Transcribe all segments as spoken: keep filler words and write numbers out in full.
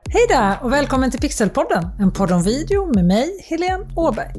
Hej där och välkommen till Pixelpodden, en podd om video med mig, Helene Åberg.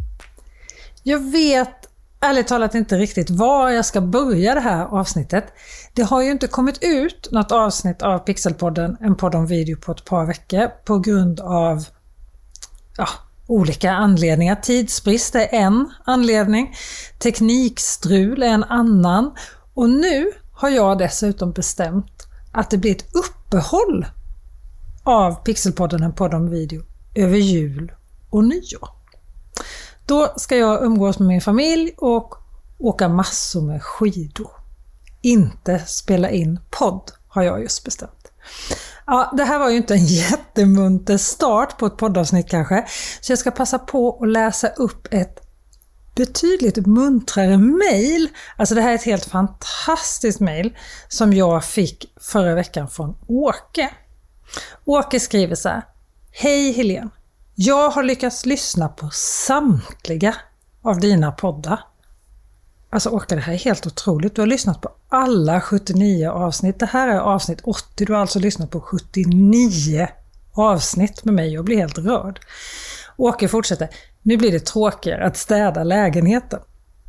Jag vet ärligt talat inte riktigt var jag ska börja det här avsnittet. Det har ju inte kommit ut något avsnitt av Pixelpodden, en podd om video, på ett par veckor på grund av ja, olika anledningar. Tidsbrist är en anledning, teknikstrul är en annan och nu har jag dessutom bestämt att det blir ett uppehåll av Pixelpodden, en podd om video, över jul och nyår. Då ska jag umgås med min familj och åka massor med skidor. Inte spela in podd, har jag just bestämt. Ja, det här var ju inte en jättemunter start på ett poddavsnitt kanske, så jag ska passa på att läsa upp ett betydligt muntrare mejl. Alltså det här är ett helt fantastiskt mejl som jag fick förra veckan från Åke. Åke skriver så här: Hej Helene, jag har lyckats lyssna på samtliga av dina poddar. Alltså Åke, det här är helt otroligt. Du har lyssnat på alla sjuttionio avsnitt. Det här är avsnitt åttio. Du har alltså lyssnat på sjuttionio avsnitt med mig. Jag blir helt rörd. Åke fortsätter: Nu blir det tråkigare att städa lägenheten.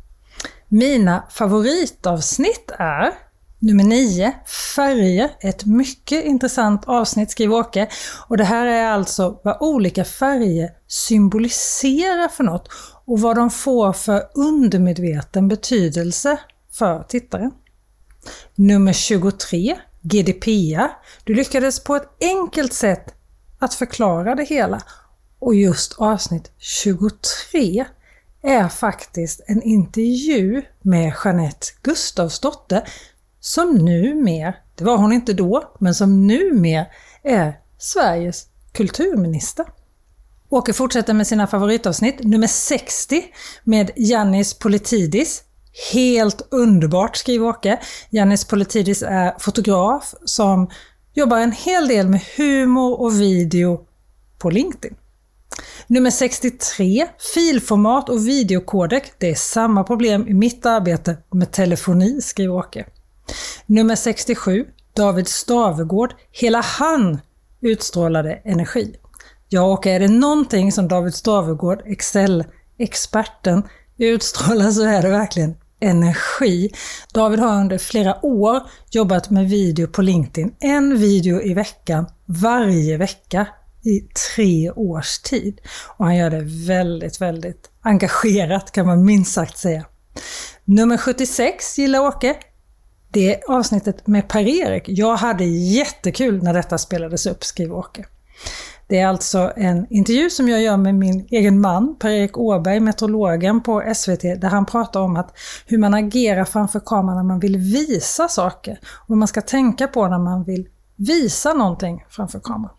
Mina favoritavsnitt är nummer nio, färger, ett mycket intressant avsnitt, skriver Åke. Och det här är alltså vad olika färger symboliserar för något och vad de får för undermedveten betydelse för tittaren. Nummer tjugotre, G D P R. Du lyckades på ett enkelt sätt att förklara det hela. Och just avsnitt tjugotre är faktiskt en intervju med Jeanette Gustafsdotter, som numera, det var hon inte då, men som numera är Sveriges kulturminister. Åke fortsätter med sina favoritavsnitt. Nummer sextio med Yannis Politidis. Helt underbart, skriver Åke. Yannis Politidis är fotograf som jobbar en hel del med humor och video på LinkedIn. Nummer sextiotre, filformat och videokodek. Det är samma problem i mitt arbete med telefoni, skriver Åke. Nummer sextiosju, David Stavegård. Hela han utstrålade energi. Ja, och är det någonting som David Stavegård, Excel-experten, utstrålar så är det verkligen energi. David har under flera år jobbat med video på LinkedIn. En video i veckan, varje vecka i tre års tid. Och han gör det väldigt, väldigt engagerat, kan man minst sagt säga. Nummer sjuttiosex gillar Åke. Det är avsnittet med Per-Erik. Jag hade jättekul när detta spelades upp, skriver Åke. Det är alltså en intervju som jag gör med min egen man, Per-Erik Åberg, meteorologen på S V T, där han pratar om att hur man agerar framför kameran när man vill visa saker. Och vad man ska tänka på när man vill visa någonting framför kameran.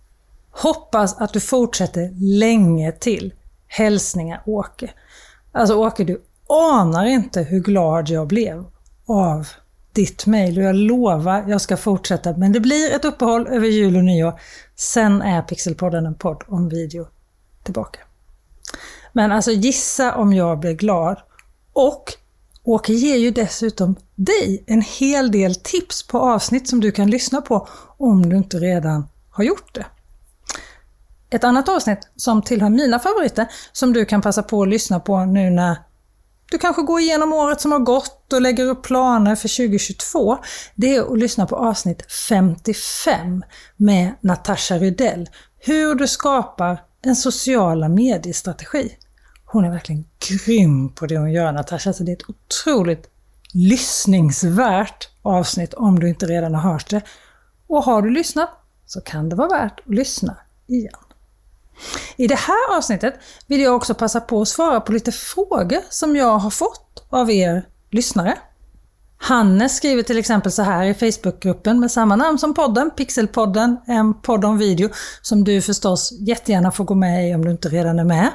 Hoppas att du fortsätter länge till. Hälsningar Åke. Alltså Åke, du anar inte hur glad jag blev av ditt mejl, och jag lovar jag ska fortsätta, men det blir ett uppehåll över jul och nyår. Sen är Pixelpodden en podd om video tillbaka. Men alltså gissa om jag blir glad. Och Åke ger ju dessutom dig en hel del tips på avsnitt som du kan lyssna på om du inte redan har gjort det. Ett annat avsnitt som tillhör mina favoriter som du kan passa på att lyssna på nu när du kanske går igenom året som har gått och lägger upp planer för tjugo tjugotvå. Det är att lyssna på avsnitt femtiofem med Natasha Rydell. Hur du skapar en sociala mediestrategi. Hon är verkligen grym på det hon gör, Natasha. Så det är ett otroligt lyssningsvärt avsnitt om du inte redan har hört det. Och har du lyssnat så kan det vara värt att lyssna igen. I det här avsnittet vill jag också passa på att svara på lite frågor som jag har fått av er lyssnare. Hannes skriver till exempel så här i Facebookgruppen med samma namn som podden, Pixelpodden, en podd om video som du förstås jättegärna får gå med i om du inte redan är med.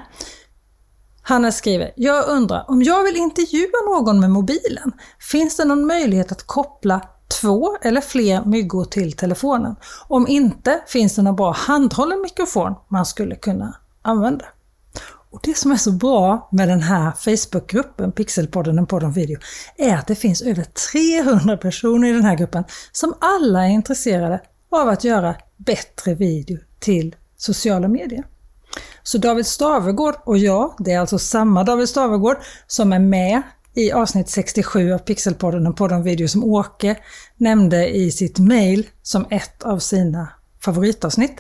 Hannes skriver: Jag undrar, om jag vill intervjua någon med mobilen, finns det någon möjlighet att koppla två eller fler myggor till telefonen? Om inte, finns det någon bra handhållen mikrofon man skulle kunna använda? Och det som är så bra med den här Facebookgruppen, Pixelpodden, en podd om video, är att det finns över trehundra personer i den här gruppen som alla är intresserade av att göra bättre video till sociala medier. Så David Stavegård och jag, det är alltså samma David Stavegård som är med i avsnitt sextiosju av Pixelpodden, en podd om video som Åke nämnde i sitt mejl som ett av sina favoritavsnitt.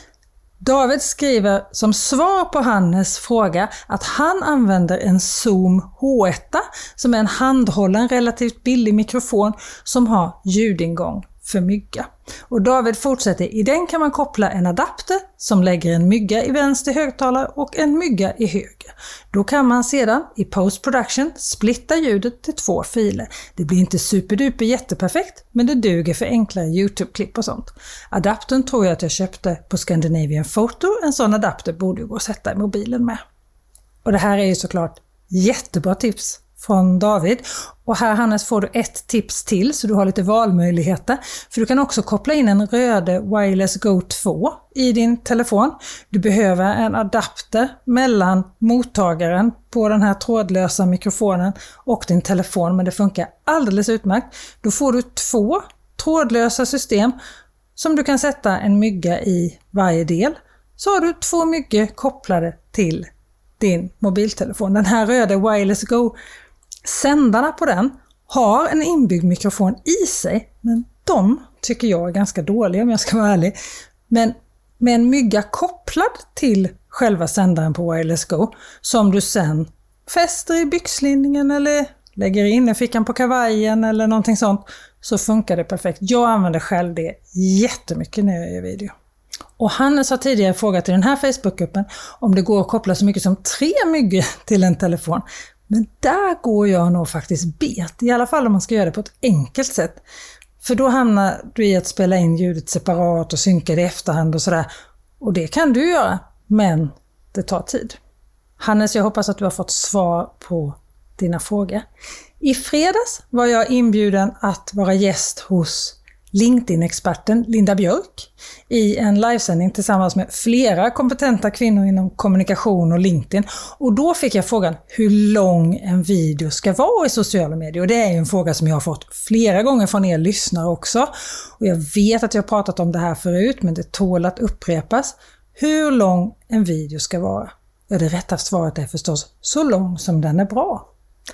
David skriver som svar på Hannes fråga att han använder en Zoom H ett som är en handhållen relativt billig mikrofon som har ljudingång för mygga. Och David fortsätter, i den kan man koppla en adapter som lägger en mygga i vänster högtalare och en mygga i höger. Då kan man sedan i post-production splitta ljudet till två filer. Det blir inte superduper jätteperfekt, men det duger för enklare YouTube-klipp och sånt. Adaptern tror jag att jag köpte på Scandinavian Photo. En sån adapter borde gå att sätta i mobilen med. Och det här är ju såklart jättebra tips från David. Och här Hannes får du ett tips till så du har lite valmöjligheter. För du kan också koppla in en Rode Wireless Go två i din telefon. Du behöver en adapter mellan mottagaren på den här trådlösa mikrofonen och din telefon, men det funkar alldeles utmärkt. Då får du två trådlösa system som du kan sätta en mygga i varje del. Så har du två myggor kopplade till din mobiltelefon. Den här Rode Wireless Go, sändarna på den har en inbyggd mikrofon i sig, men de tycker jag är ganska dåliga om jag ska vara ärlig. Men med en mygga kopplad till själva sändaren på Wireless Go som du sen fäster i byxlinningen eller lägger in i fickan på kavajen eller någonting sånt, så funkar det perfekt. Jag använder själv det jättemycket när jag gör video. Och Hannes har tidigare frågat i den här Facebookgruppen om det går att koppla så mycket som tre myggor till en telefon. Men där går jag nog faktiskt bet, i alla fall om man ska göra det på ett enkelt sätt. För då hamnar du i att spela in ljudet separat och synka det i efterhand och sådär. Och det kan du göra, men det tar tid. Hannes, jag hoppas att du har fått svar på dina frågor. I fredags var jag inbjuden att vara gäst hos LinkedIn-experten Linda Björk i en livesändning tillsammans med flera kompetenta kvinnor inom kommunikation och LinkedIn. Och då fick jag frågan hur lång en video ska vara i sociala medier. Och det är ju en fråga som jag har fått flera gånger från er lyssnare också. Och jag vet att jag har pratat om det här förut, men det tål att upprepas. Hur lång en video ska vara? Ja, det rätta svaret är förstås så lång som den är bra.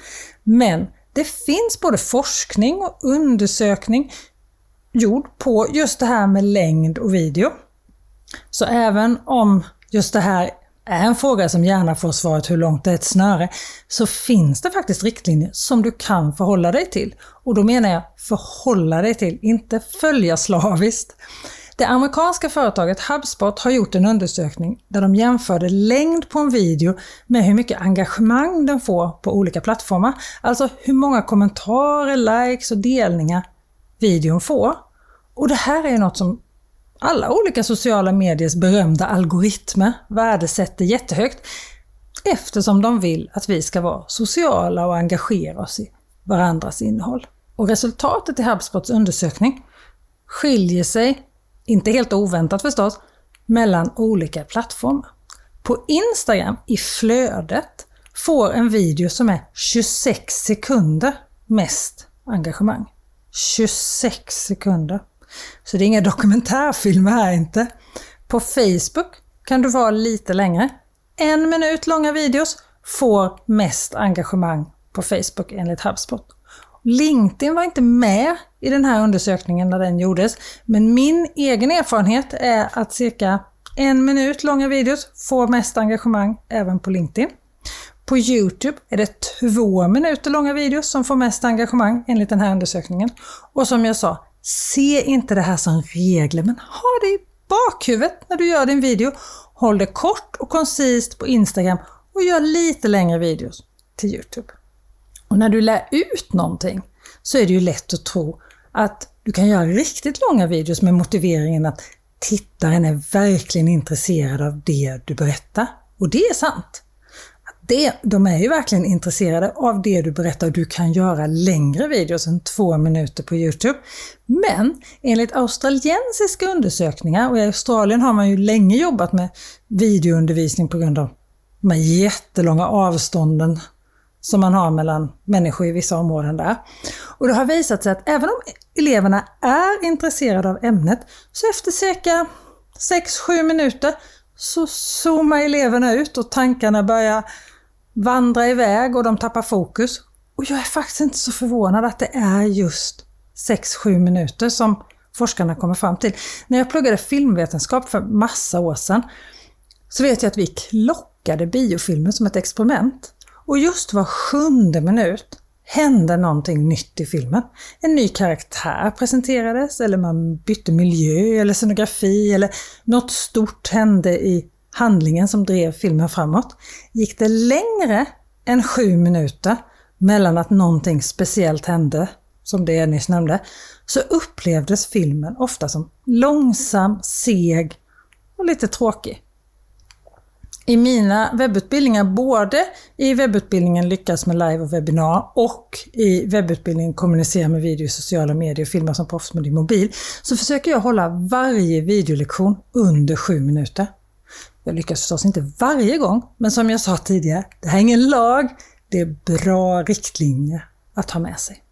Men det finns både forskning och undersökning gjord på just det här med längd och video. Så även om just det här är en fråga som gärna får svaret hur långt är ett snöre, så finns det faktiskt riktlinjer som du kan förhålla dig till. Och då menar jag förhålla dig till, inte följa slaviskt. Det amerikanska företaget HubSpot har gjort en undersökning där de jämförde längd på en video med hur mycket engagemang den får på olika plattformar. Alltså hur många kommentarer, likes och delningar videon får. Och det här är något som alla olika sociala mediers berömda algoritmer värdesätter jättehögt, eftersom de vill att vi ska vara sociala och engagera oss i varandras innehåll. Och resultatet i HubSpots undersökning skiljer sig, inte helt oväntat förstås, mellan olika plattformar. På Instagram i flödet får en video som är tjugosex sekunder mest engagemang. tjugosex sekunder. Så det är inga dokumentärfilmer här inte. På Facebook kan du vara lite längre. En minut långa videos får mest engagemang på Facebook enligt HubSpot. LinkedIn var inte med i den här undersökningen när den gjordes, men min egen erfarenhet är att cirka en minut långa videos får mest engagemang även på LinkedIn. På YouTube är det två minuter långa videos som får mest engagemang enligt den här undersökningen. Och som jag sa, se inte det här som regler, men ha det i bakhuvudet när du gör din video. Håll det kort och koncist på Instagram och gör lite längre videos till YouTube. Och när du lär ut någonting så är det ju lätt att tro att du kan göra riktigt långa videos med motiveringen att tittaren är verkligen intresserad av det du berättar. Och det är sant. Det, de är ju verkligen intresserade av det du berättar och du kan göra längre videos än två minuter på YouTube. Men enligt australiensiska undersökningar, och i Australien har man ju länge jobbat med videoundervisning på grund av de här jättelånga avstånden som man har mellan människor i vissa områden där. Och det har visat sig att även om eleverna är intresserade av ämnet, så efter cirka sex till sju minuter så zoomar eleverna ut och tankarna börjar vandra iväg och de tappar fokus. Och jag är faktiskt inte så förvånad att det är just sex till sju minuter som forskarna kommer fram till. När jag pluggade filmvetenskap för massa år sedan så vet jag att vi klockade biofilmer som ett experiment. Och just var sjunde minut hände någonting nytt i filmen. En ny karaktär presenterades, eller man bytte miljö eller scenografi, eller något stort hände i handlingen som drev filmen framåt. Gick det längre än sju minuter mellan att någonting speciellt hände, som det jag nyss nämnde, så upplevdes filmen ofta som långsam, seg och lite tråkig. I mina webbutbildningar, både i webbutbildningen Lyckas med live och webbinar och i webbutbildningen Kommunicera med video, sociala medier och filma som proffs med din mobil, så försöker jag hålla varje videolektion under sju minuter. Jag lyckas förstås inte varje gång, men som jag sa tidigare, det här är ingen lag, det är bra riktlinjer att ha med sig.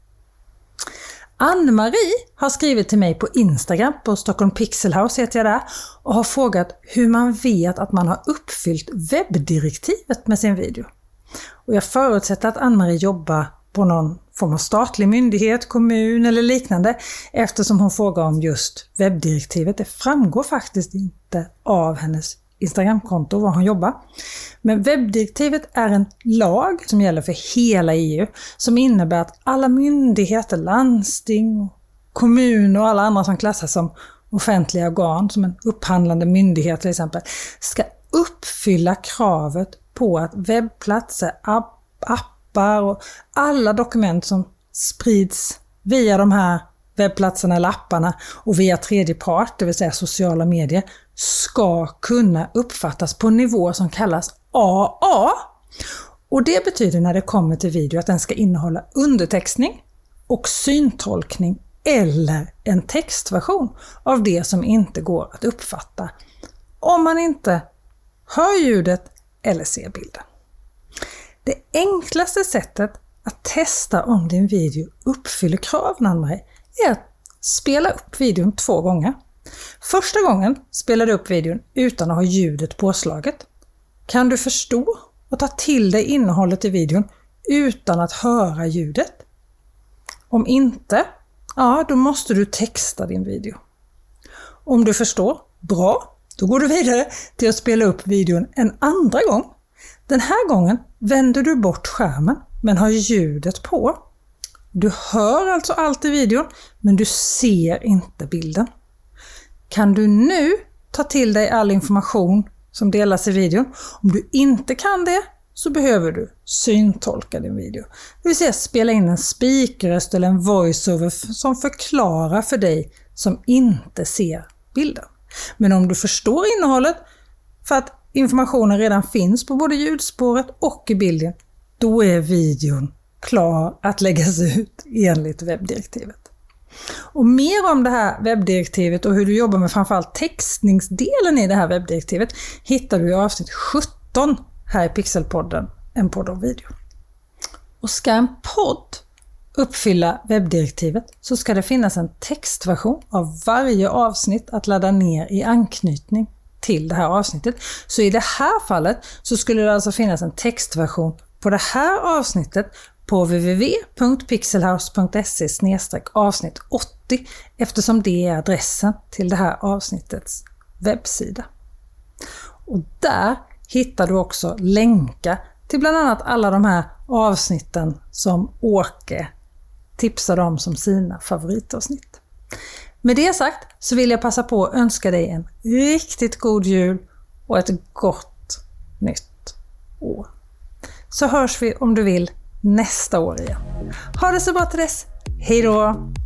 Ann-Marie har skrivit till mig på Instagram, på Stockholm Pixelhouse heter jag där, och har frågat hur man vet att man har uppfyllt webbdirektivet med sin video. Och jag förutsätter att Ann-Marie jobbar på någon form av statlig myndighet, kommun eller liknande, eftersom hon frågar om just webbdirektivet. Det framgår faktiskt inte av hennes Instagramkonto var hon jobbar. Men webbdirektivet är en lag som gäller för hela E U, som innebär att alla myndigheter, landsting, kommuner och alla andra som klassas som offentliga organ, som en upphandlande myndighet till exempel, ska uppfylla kravet på att webbplatser, appar och alla dokument som sprids via de här webbplatserna eller apparna och via tredje part, det vill säga sociala medier, ska kunna uppfattas på nivå som kallas A A. Och det betyder när det kommer till video att den ska innehålla undertextning och syntolkning eller en textversion av det som inte går att uppfatta om man inte hör ljudet eller ser bilden. Det enklaste sättet att testa om din video uppfyller kraven Ann-Marie är att spela upp videon två gånger. Första gången spelar du upp videon utan att ha ljudet påslaget. Kan du förstå och ta till dig innehållet i videon utan att höra ljudet? Om inte, ja, då måste du texta din video. Om du förstår, bra, då går du vidare till att spela upp videon en andra gång. Den här gången vänder du bort skärmen men har ljudet på. Du hör alltså allt i videon, men du ser inte bilden. Kan du nu ta till dig all information som delas i videon? Om du inte kan det så behöver du syntolka din video. Det vill säga spela in en speakerröst eller en voiceover som förklarar för dig som inte ser bilden. Men om du förstår innehållet för att informationen redan finns på både ljudspåret och i bilden, då är videon klar att läggas ut enligt webbdirektivet. Och mer om det här webbdirektivet och hur du jobbar med framförallt textningsdelen i det här webbdirektivet hittar du i avsnitt sjutton här i Pixelpodden, en podd om video. Och ska en podd uppfylla webbdirektivet så ska det finnas en textversion av varje avsnitt att ladda ner i anknytning till det här avsnittet. Så i det här fallet så skulle det alltså finnas en textversion på det här avsnittet på w w w punkt pixelhouse punkt se slash avsnitt åttio eftersom det är adressen till det här avsnittets webbsida. Och där hittar du också länkar till bland annat alla de här avsnitten som Åke tipsade om som sina favoritavsnitt. Med det sagt så vill jag passa på att önska dig en riktigt god jul och ett gott nytt år. Så hörs vi om du vill nästa år igen. Ha det så bra till dess. Hej då!